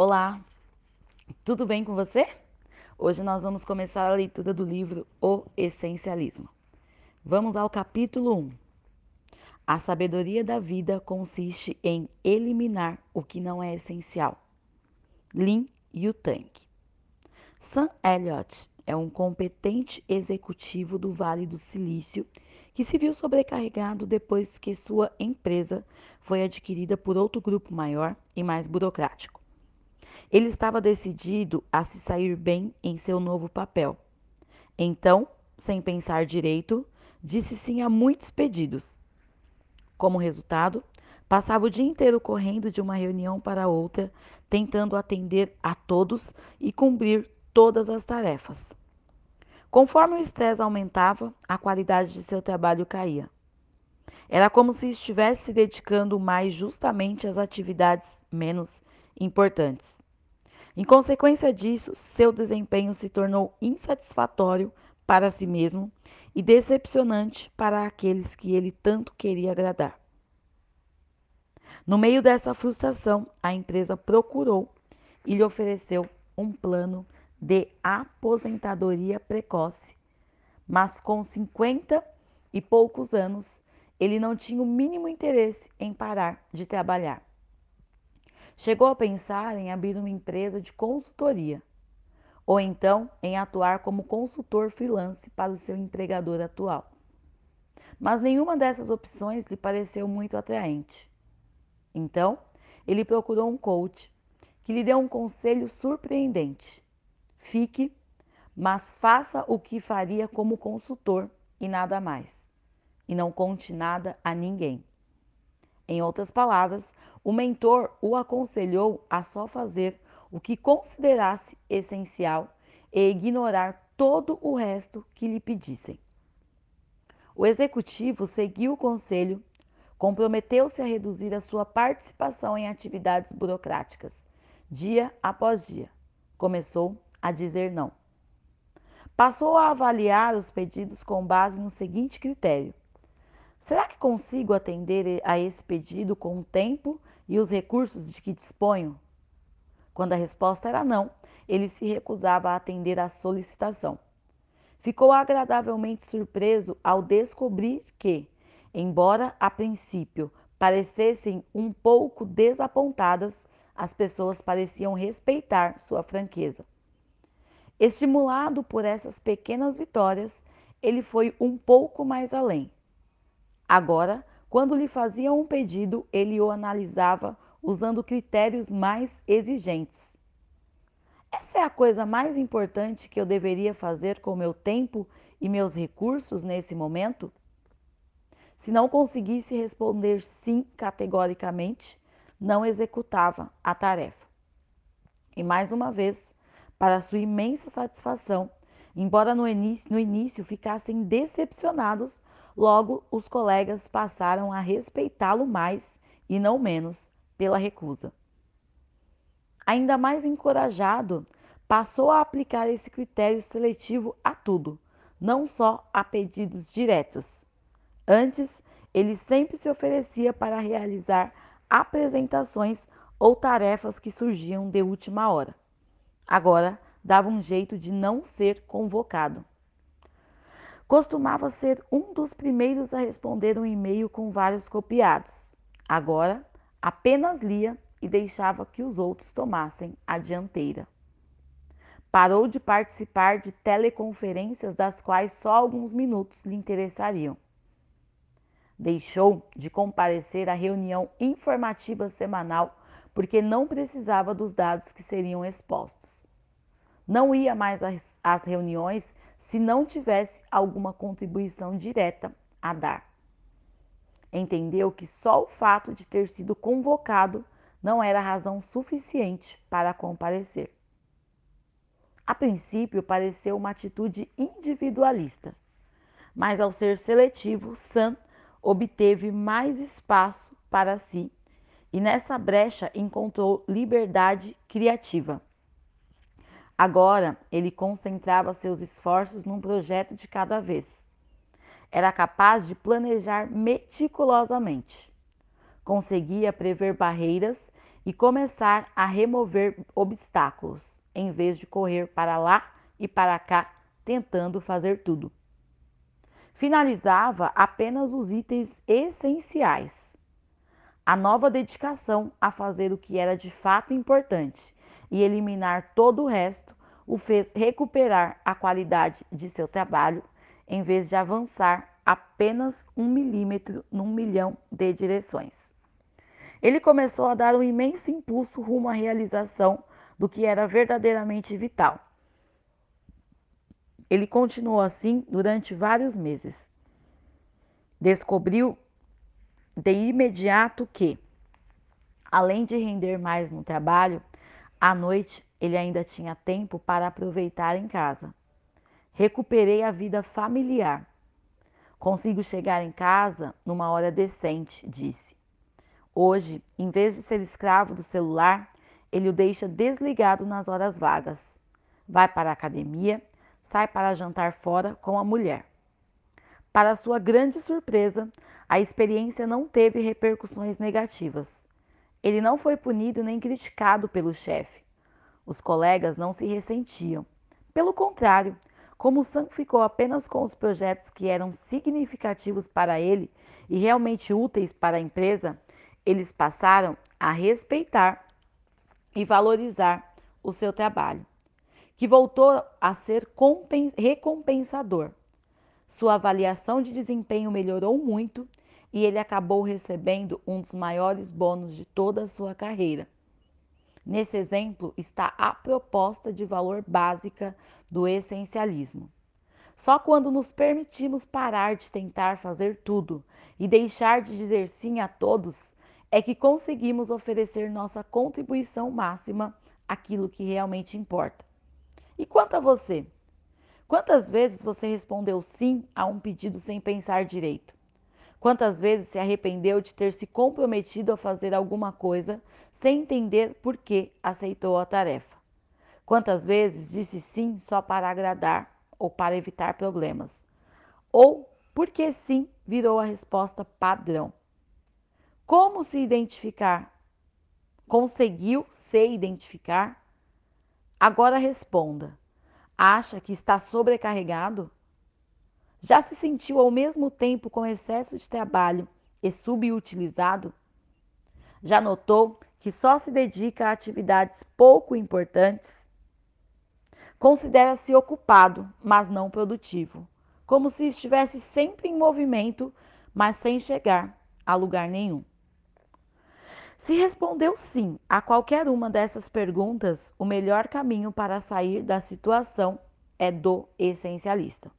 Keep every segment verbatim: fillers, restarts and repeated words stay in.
Olá, tudo bem com você? Hoje nós vamos começar a leitura do livro O Essencialismo. Vamos ao capítulo um. A sabedoria da vida consiste em eliminar o que não é essencial. Lin Yutang. Sam Elliott é um competente executivo do Vale do Silício que se viu sobrecarregado depois que sua empresa foi adquirida por outro grupo maior e mais burocrático. Ele estava decidido a se sair bem em seu novo papel. Então, sem pensar direito, disse sim a muitos pedidos. Como resultado, passava o dia inteiro correndo de uma reunião para outra, tentando atender a todos e cumprir todas as tarefas. Conforme o estresse aumentava, a qualidade de seu trabalho caía. Era como se estivesse se dedicando mais justamente às atividades menos importantes. Em consequência disso, seu desempenho se tornou insatisfatório para si mesmo e decepcionante para aqueles que ele tanto queria agradar. No meio dessa frustração, a empresa procurou e lhe ofereceu um plano de aposentadoria precoce, mas com cinquenta e poucos anos, ele não tinha o mínimo interesse em parar de trabalhar. Chegou a pensar em abrir uma empresa de consultoria, ou então em atuar como consultor freelance para o seu empregador atual. Mas nenhuma dessas opções lhe pareceu muito atraente. Então, ele procurou um coach que lhe deu um conselho surpreendente. Fique, mas faça o que faria como consultor e nada mais. E não conte nada a ninguém. Em outras palavras, o mentor o aconselhou a só fazer o que considerasse essencial e ignorar todo o resto que lhe pedissem. O executivo seguiu o conselho, comprometeu-se a reduzir a sua participação em atividades burocráticas, dia após dia. Começou a dizer não. Passou a avaliar os pedidos com base no seguinte critério: será que consigo atender a esse pedido com o tempo e os recursos de que disponho? Quando a resposta era não, ele se recusava a atender à solicitação. Ficou agradavelmente surpreso ao descobrir que, embora a princípio parecessem um pouco desapontadas, as pessoas pareciam respeitar sua franqueza. Estimulado por essas pequenas vitórias, ele foi um pouco mais além. Agora, quando lhe faziam um pedido, ele o analisava usando critérios mais exigentes. Essa é a coisa mais importante que eu deveria fazer com meu tempo e meus recursos nesse momento? Se não conseguisse responder sim categoricamente, não executava a tarefa. E mais uma vez, para sua imensa satisfação, embora no início, no início ficassem decepcionados, logo os colegas passaram a respeitá-lo mais e não menos pela recusa. Ainda mais encorajado, passou a aplicar esse critério seletivo a tudo, não só a pedidos diretos. Antes, ele sempre se oferecia para realizar apresentações ou tarefas que surgiam de última hora. Agora, dava um jeito de não ser convocado. Costumava ser um dos primeiros a responder um e-mail com vários copiados. Agora, apenas lia e deixava que os outros tomassem a dianteira. Parou de participar de teleconferências das quais só alguns minutos lhe interessariam. Deixou de comparecer à reunião informativa semanal porque não precisava dos dados que seriam expostos. Não ia mais às, às reuniões se não tivesse alguma contribuição direta a dar. Entendeu que só o fato de ter sido convocado não era razão suficiente para comparecer. A princípio, pareceu uma atitude individualista, mas ao ser seletivo, Sam obteve mais espaço para si e nessa brecha encontrou liberdade criativa. Agora, ele concentrava seus esforços num projeto de cada vez. Era capaz de planejar meticulosamente. Conseguia prever barreiras e começar a remover obstáculos, em vez de correr para lá e para cá tentando fazer tudo. Finalizava apenas os itens essenciais. A nova dedicação a fazer o que era de fato importante e eliminar todo o resto o fez recuperar a qualidade de seu trabalho, em vez de avançar apenas um milímetro num milhão de direções. Ele começou a dar um imenso impulso rumo à realização do que era verdadeiramente vital. Ele continuou assim durante vários meses. Descobriu de imediato que, além de render mais no trabalho, à noite ele ainda tinha tempo para aproveitar em casa. Recuperei a vida familiar. Consigo chegar em casa numa hora decente, disse. Hoje, em vez de ser escravo do celular, ele o deixa desligado nas horas vagas. Vai para a academia, sai para jantar fora com a mulher. Para sua grande surpresa, a experiência não teve repercussões negativas. Ele não foi punido nem criticado pelo chefe. Os colegas não se ressentiam. Pelo contrário, como Sam ficou apenas com os projetos que eram significativos para ele e realmente úteis para a empresa, eles passaram a respeitar e valorizar o seu trabalho, que voltou a ser recompensador. Sua avaliação de desempenho melhorou muito e ele acabou recebendo um dos maiores bônus de toda a sua carreira. Nesse exemplo está a proposta de valor básica do essencialismo. Só quando nos permitimos parar de tentar fazer tudo e deixar de dizer sim a todos é que conseguimos oferecer nossa contribuição máxima àquilo que realmente importa. E quanto a você? Quantas vezes você respondeu sim a um pedido sem pensar direito? Quantas vezes se arrependeu de ter se comprometido a fazer alguma coisa sem entender por que aceitou a tarefa? Quantas vezes disse sim só para agradar ou para evitar problemas? Ou porque sim virou a resposta padrão? Como se identificar? Conseguiu se identificar? Agora responda. Acha que está sobrecarregado? Já se sentiu ao mesmo tempo com excesso de trabalho e subutilizado? Já notou que só se dedica a atividades pouco importantes? Considera-se ocupado, mas não produtivo, como se estivesse sempre em movimento, mas sem chegar a lugar nenhum. Se respondeu sim a qualquer uma dessas perguntas, o melhor caminho para sair da situação é do essencialista.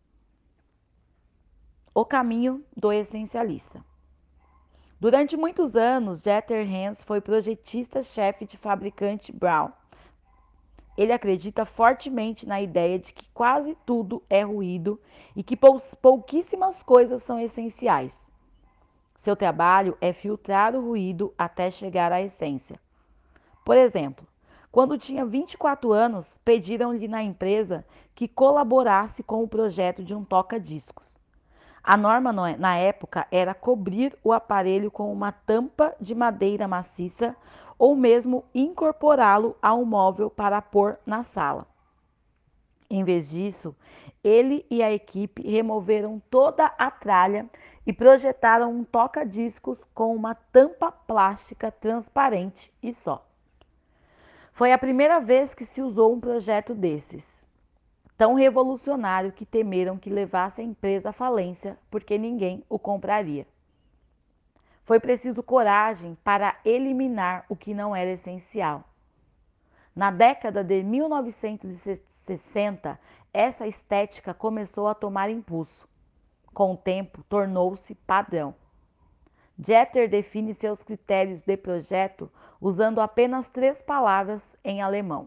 O caminho do essencialista. Durante muitos anos, Dieter Hans foi projetista-chefe de fabricante Brown. Ele acredita fortemente na ideia de que quase tudo é ruído e que pouquíssimas coisas são essenciais. Seu trabalho é filtrar o ruído até chegar à essência. Por exemplo, quando tinha vinte e quatro anos, pediram-lhe na empresa que colaborasse com o projeto de um toca-discos. A norma na época era cobrir o aparelho com uma tampa de madeira maciça ou mesmo incorporá-lo a um móvel para pôr na sala. Em vez disso, ele e a equipe removeram toda a tralha e projetaram um toca-discos com uma tampa plástica transparente e só. Foi a primeira vez que se usou um projeto desses, tão revolucionário que temeram que levasse a empresa à falência porque ninguém o compraria. Foi preciso coragem para eliminar o que não era essencial. Na década de mil novecentos e sessenta, essa estética começou a tomar impulso. Com o tempo, tornou-se padrão. Jeter define seus critérios de projeto usando apenas três palavras em alemão.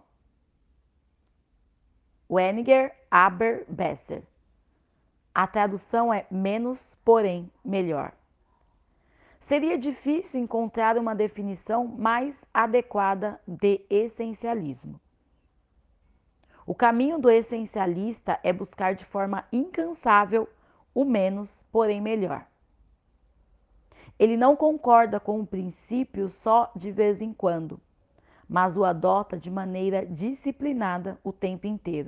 Weniger, aber, besser. A tradução é menos, porém, melhor. Seria difícil encontrar uma definição mais adequada de essencialismo. O caminho do essencialista é buscar de forma incansável o menos, porém melhor. Ele não concorda com o princípio só de vez em quando. mas o adota de maneira disciplinada o tempo inteiro.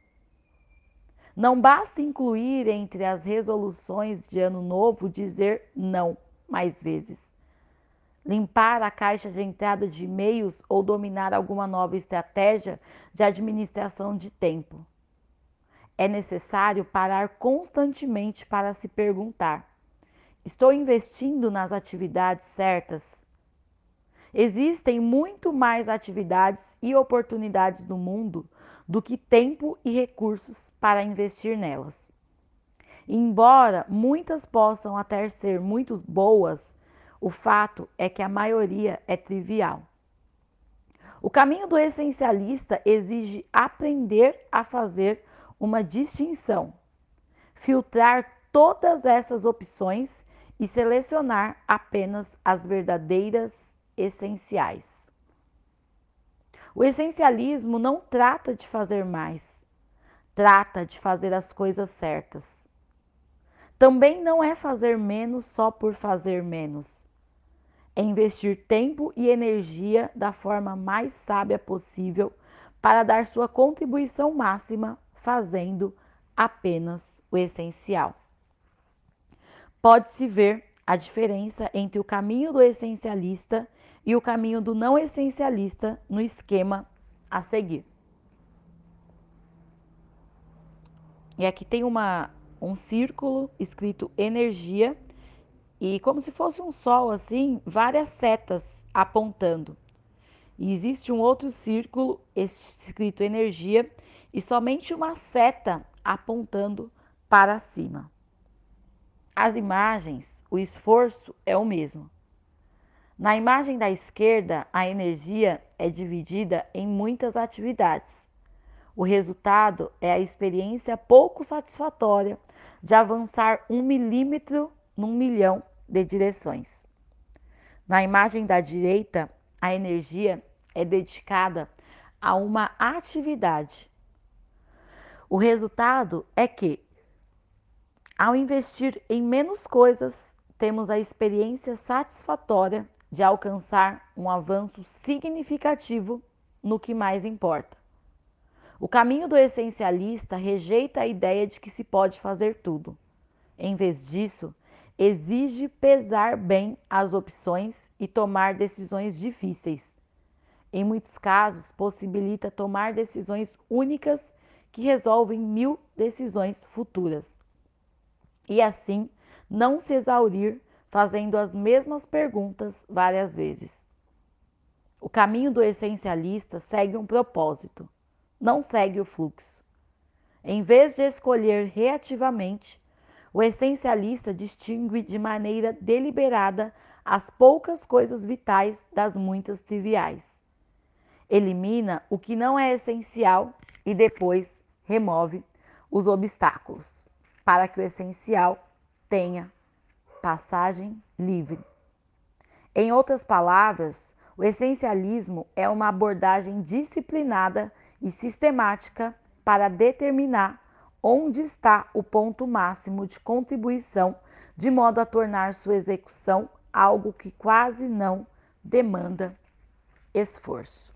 Não basta incluir entre as resoluções de ano novo dizer não mais vezes, limpar a caixa de entrada de e-mails ou dominar alguma nova estratégia de administração de tempo. É necessário parar constantemente para se perguntar: estou investindo nas atividades certas? Existem muito mais atividades e oportunidades no mundo do que tempo e recursos para investir nelas. Embora muitas possam até ser muito boas, o fato é que a maioria é trivial. O caminho do essencialista exige aprender a fazer uma distinção, filtrar todas essas opções e selecionar apenas as verdadeiras essenciais. O essencialismo não trata de fazer mais, trata de fazer as coisas certas. Também não é fazer menos só por fazer menos. É investir tempo e energia da forma mais sábia possível para dar sua contribuição máxima, fazendo apenas o essencial. Pode-se ver a diferença entre o caminho do essencialista e o caminho do não essencialista no esquema a seguir. E aqui tem uma, um círculo escrito energia e como se fosse um sol assim, várias setas apontando. E existe um outro círculo escrito energia e somente uma seta apontando para cima. As imagens, o esforço é o mesmo. Na imagem da esquerda, a energia é dividida em muitas atividades. O resultado é a experiência pouco satisfatória de avançar um milímetro num milhão de direções. Na imagem da direita, a energia é dedicada a uma atividade. O resultado é que, ao investir em menos coisas, temos a experiência satisfatória de alcançar um avanço significativo no que mais importa. O caminho do essencialista rejeita a ideia de que se pode fazer tudo. Em vez disso, exige pesar bem as opções e tomar decisões difíceis. Em muitos casos, possibilita tomar decisões únicas que resolvem mil decisões futuras. E assim, não se exaurir fazendo as mesmas perguntas várias vezes. O caminho do essencialista segue um propósito, não segue o fluxo. Em vez de escolher reativamente, o essencialista distingue de maneira deliberada as poucas coisas vitais das muitas triviais. Elimina o que não é essencial e depois remove os obstáculos, para que o essencial tenha passagem livre. Em outras palavras, o essencialismo é uma abordagem disciplinada e sistemática para determinar onde está o ponto máximo de contribuição, de modo a tornar sua execução algo que quase não demanda esforço.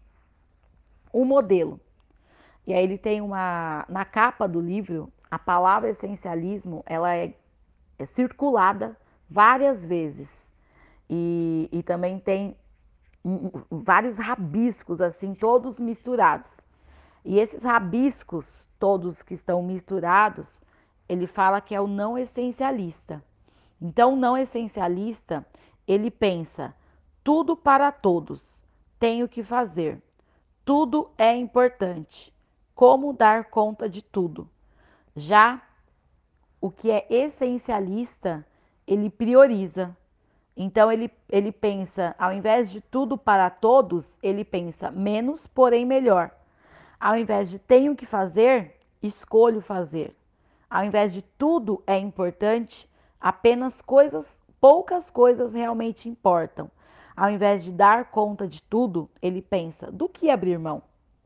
O modelo. E aí ele tem uma, na capa do livro, a palavra essencialismo, ela é, é circulada várias vezes. E, e também tem um, vários rabiscos, assim, todos misturados. E esses rabiscos, todos que estão misturados, ele fala que é o não essencialista. Então, o não essencialista, ele pensa, tudo para todos, tenho que fazer, tudo é importante, como dar conta de tudo. Já o que é essencialista, ele prioriza. Então, ele, ele pensa, ao invés de tudo para todos, ele pensa menos, porém melhor. Ao invés de tenho que fazer, escolho fazer. Ao invés de tudo é importante, apenas coisas, poucas coisas realmente importam. Ao invés de dar conta de tudo, ele pensa do que abrir mão.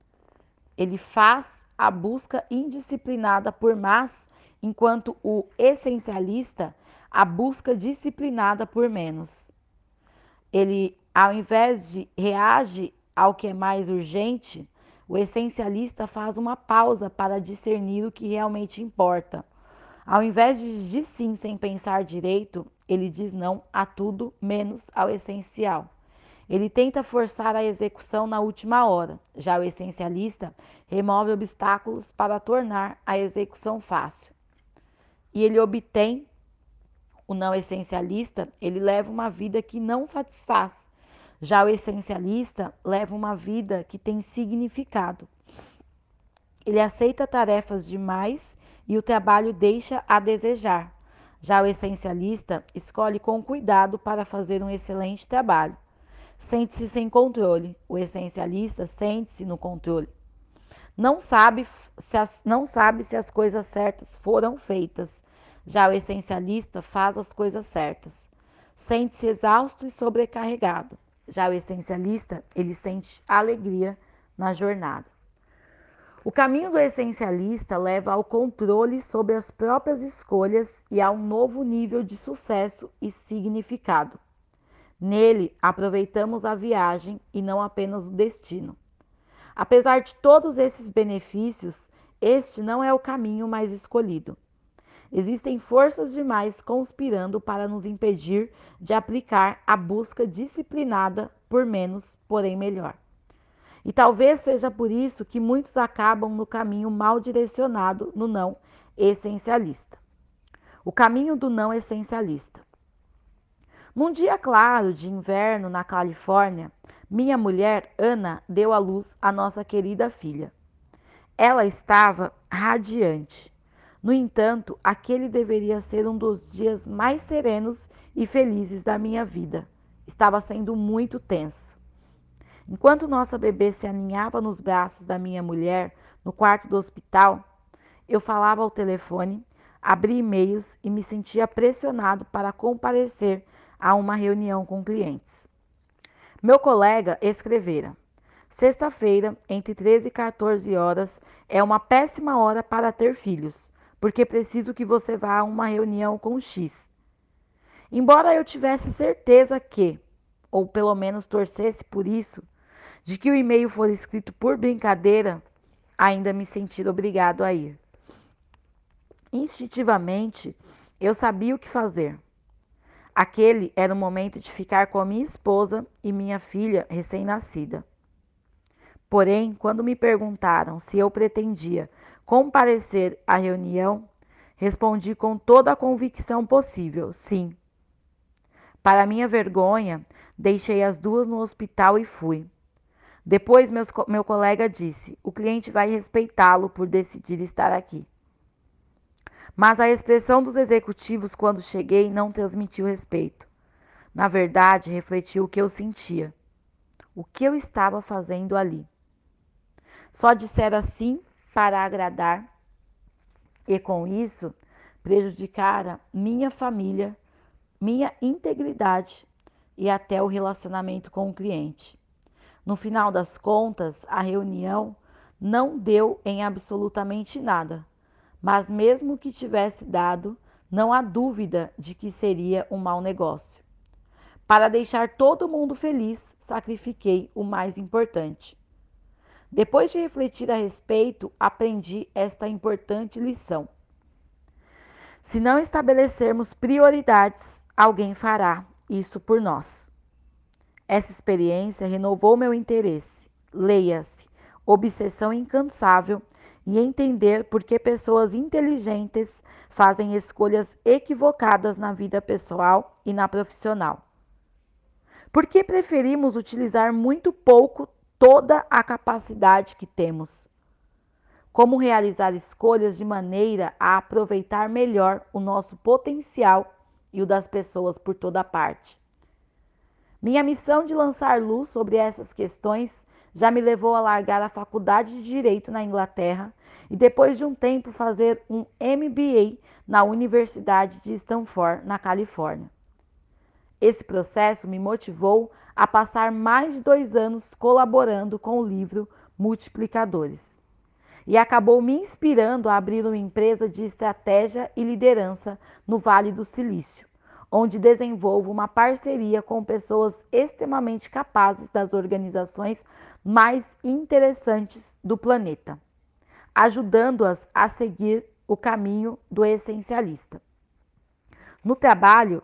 Ele faz a busca indisciplinada por mais, enquanto o essencialista a busca disciplinada por menos. Ele, ao invés de reage ao que é mais urgente, o essencialista faz uma pausa para discernir o que realmente importa. Ao invés de dizer sim sem pensar direito, ele diz não a tudo menos ao essencial. Ele tenta forçar a execução na última hora. Já o essencialista remove obstáculos para tornar a execução fácil. E ele obtém, o não essencialista, ele leva uma vida que não satisfaz. Já o essencialista leva uma vida que tem significado. Ele aceita tarefas demais e o trabalho deixa a desejar. Já o essencialista escolhe com cuidado para fazer um excelente trabalho. Sente-se sem controle. O essencialista sente-se no controle. Não sabe, se as, não sabe se as coisas certas foram feitas. Já o essencialista faz as coisas certas. Sente-se exausto e sobrecarregado. Já o essencialista, ele sente alegria na jornada. O caminho do essencialista leva ao controle sobre as próprias escolhas e a um novo nível de sucesso e significado. Nele, aproveitamos a viagem e não apenas o destino. Apesar de todos esses benefícios, este não é o caminho mais escolhido. Existem forças demais conspirando para nos impedir de aplicar a busca disciplinada por menos, porém melhor. E talvez seja por isso que muitos acabam no caminho mal direcionado no não essencialista. O caminho do não essencialista. Num dia claro de inverno na Califórnia, minha mulher, Ana, deu à luz a nossa querida filha. Ela estava radiante. No entanto, aquele deveria ser um dos dias mais serenos e felizes da minha vida. Estava sendo muito tenso. Enquanto nossa bebê se aninhava nos braços da minha mulher no quarto do hospital, eu falava ao telefone, abria e-mails e me sentia pressionado para comparecer a uma reunião com clientes. Meu colega escrevera: sexta-feira, entre treze e quatorze horas, é uma péssima hora para ter filhos, porque preciso que você vá a uma reunião com X. Embora eu tivesse certeza que, ou pelo menos torcesse por isso, de que o e-mail for escrito por brincadeira, ainda me senti obrigado a ir. Instintivamente, eu sabia o que fazer. Aquele era o momento de ficar com a minha esposa e minha filha recém-nascida. Porém, quando me perguntaram se eu pretendia comparecer à reunião, respondi com toda a convicção possível, sim. Para minha vergonha, deixei as duas no hospital e fui. Depois, meus, meu colega disse: o cliente vai respeitá-lo por decidir estar aqui. Mas a expressão dos executivos quando cheguei não transmitiu respeito. Na verdade, refletiu o que eu sentia. O que eu estava fazendo ali? Só dissera sim para agradar e, com isso, prejudicara minha família, minha integridade e até o relacionamento com o cliente. No final das contas, a reunião não deu em absolutamente nada, mas mesmo que tivesse dado, não há dúvida de que seria um mau negócio. Para deixar todo mundo feliz, sacrifiquei o mais importante. Depois de refletir a respeito, aprendi esta importante lição. Se não estabelecermos prioridades, alguém fará isso por nós. Essa experiência renovou meu interesse. Leia-se Obsessão Incansável e entender por que pessoas inteligentes fazem escolhas equivocadas na vida pessoal e na profissional. Por que preferimos utilizar muito pouco toda a capacidade que temos? Como realizar escolhas de maneira a aproveitar melhor o nosso potencial e o das pessoas por toda parte? Minha missão de lançar luz sobre essas questões já me levou a largar a faculdade de Direito na Inglaterra e depois de um tempo fazer um M B A na Universidade de Stanford, na Califórnia. Esse processo me motivou a passar mais de dois anos colaborando com o livro Multiplicadores. E acabou me inspirando a abrir uma empresa de estratégia e liderança no Vale do Silício, onde desenvolvo uma parceria com pessoas extremamente capazes das organizações mais interessantes do planeta, ajudando-as a seguir o caminho do essencialista. No trabalho,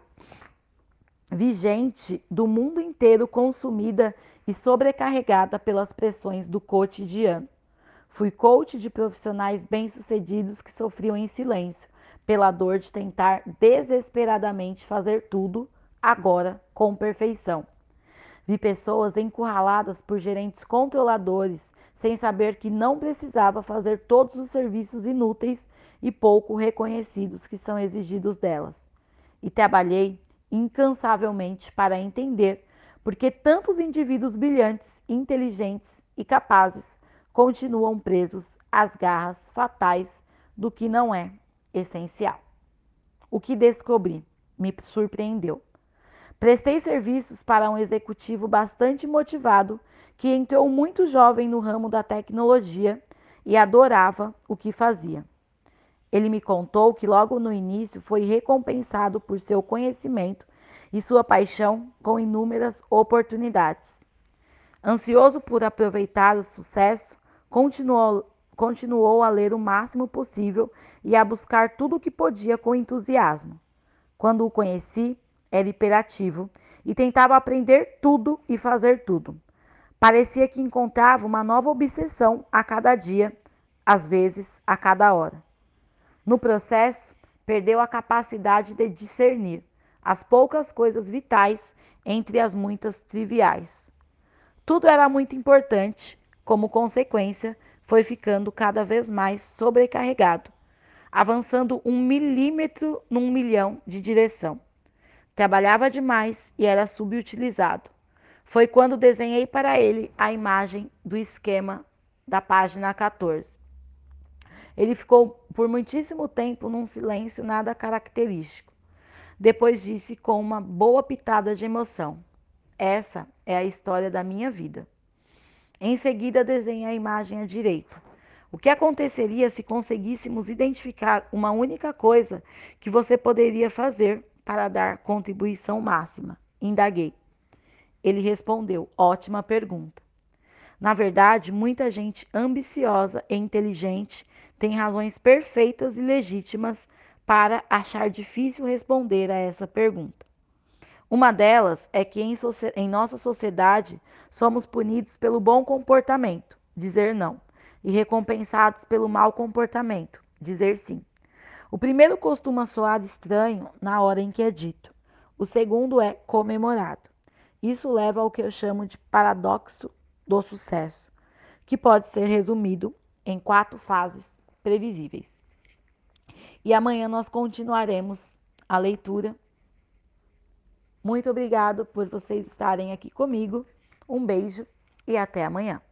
vi gente do mundo inteiro consumida e sobrecarregada pelas pressões do cotidiano. Fui coach de profissionais bem-sucedidos que sofriam em silêncio pela dor de tentar desesperadamente fazer tudo agora com perfeição. Vi pessoas encurraladas por gerentes controladores, sem saber que não precisava fazer todos os serviços inúteis e pouco reconhecidos que são exigidos delas. E trabalhei incansavelmente para entender por que tantos indivíduos brilhantes, inteligentes e capazes continuam presos às garras fatais do que não é essencial. O que descobri me surpreendeu. Prestei serviços para um executivo bastante motivado que entrou muito jovem no ramo da tecnologia e adorava o que fazia. Ele me contou que logo no início foi recompensado por seu conhecimento e sua paixão com inúmeras oportunidades. Ansioso por aproveitar o sucesso, continuou, continuou a ler o máximo possível e a buscar tudo o que podia com entusiasmo. Quando o conheci, era hiperativo e tentava aprender tudo e fazer tudo. Parecia que encontrava uma nova obsessão a cada dia, às vezes a cada hora. No processo, perdeu a capacidade de discernir as poucas coisas vitais entre as muitas triviais. Tudo era muito importante, como consequência, foi ficando cada vez mais sobrecarregado, avançando um milímetro num milhão de direção. Trabalhava demais e era subutilizado. Foi quando desenhei para ele a imagem do esquema da página quatorze. Ele ficou por muitíssimo tempo num silêncio nada característico. Depois disse com uma boa pitada de emoção: essa é a história da minha vida. Em seguida, desenhei a imagem à direita. O que aconteceria se conseguíssemos identificar uma única coisa que você poderia fazer para dar contribuição máxima? Indaguei. Ele respondeu: ótima pergunta. Na verdade, muita gente ambiciosa e inteligente tem razões perfeitas e legítimas para achar difícil responder a essa pergunta. Uma delas é que em, em nossa sociedade somos punidos pelo bom comportamento, dizer não, e recompensados pelo mau comportamento, dizer sim. O primeiro costuma soar estranho na hora em que é dito. O segundo é comemorado. Isso leva ao que eu chamo de paradoxo do sucesso, que pode ser resumido em quatro fases previsíveis. E amanhã nós continuaremos a leitura. Muito obrigado por vocês estarem aqui comigo. Um beijo e até amanhã.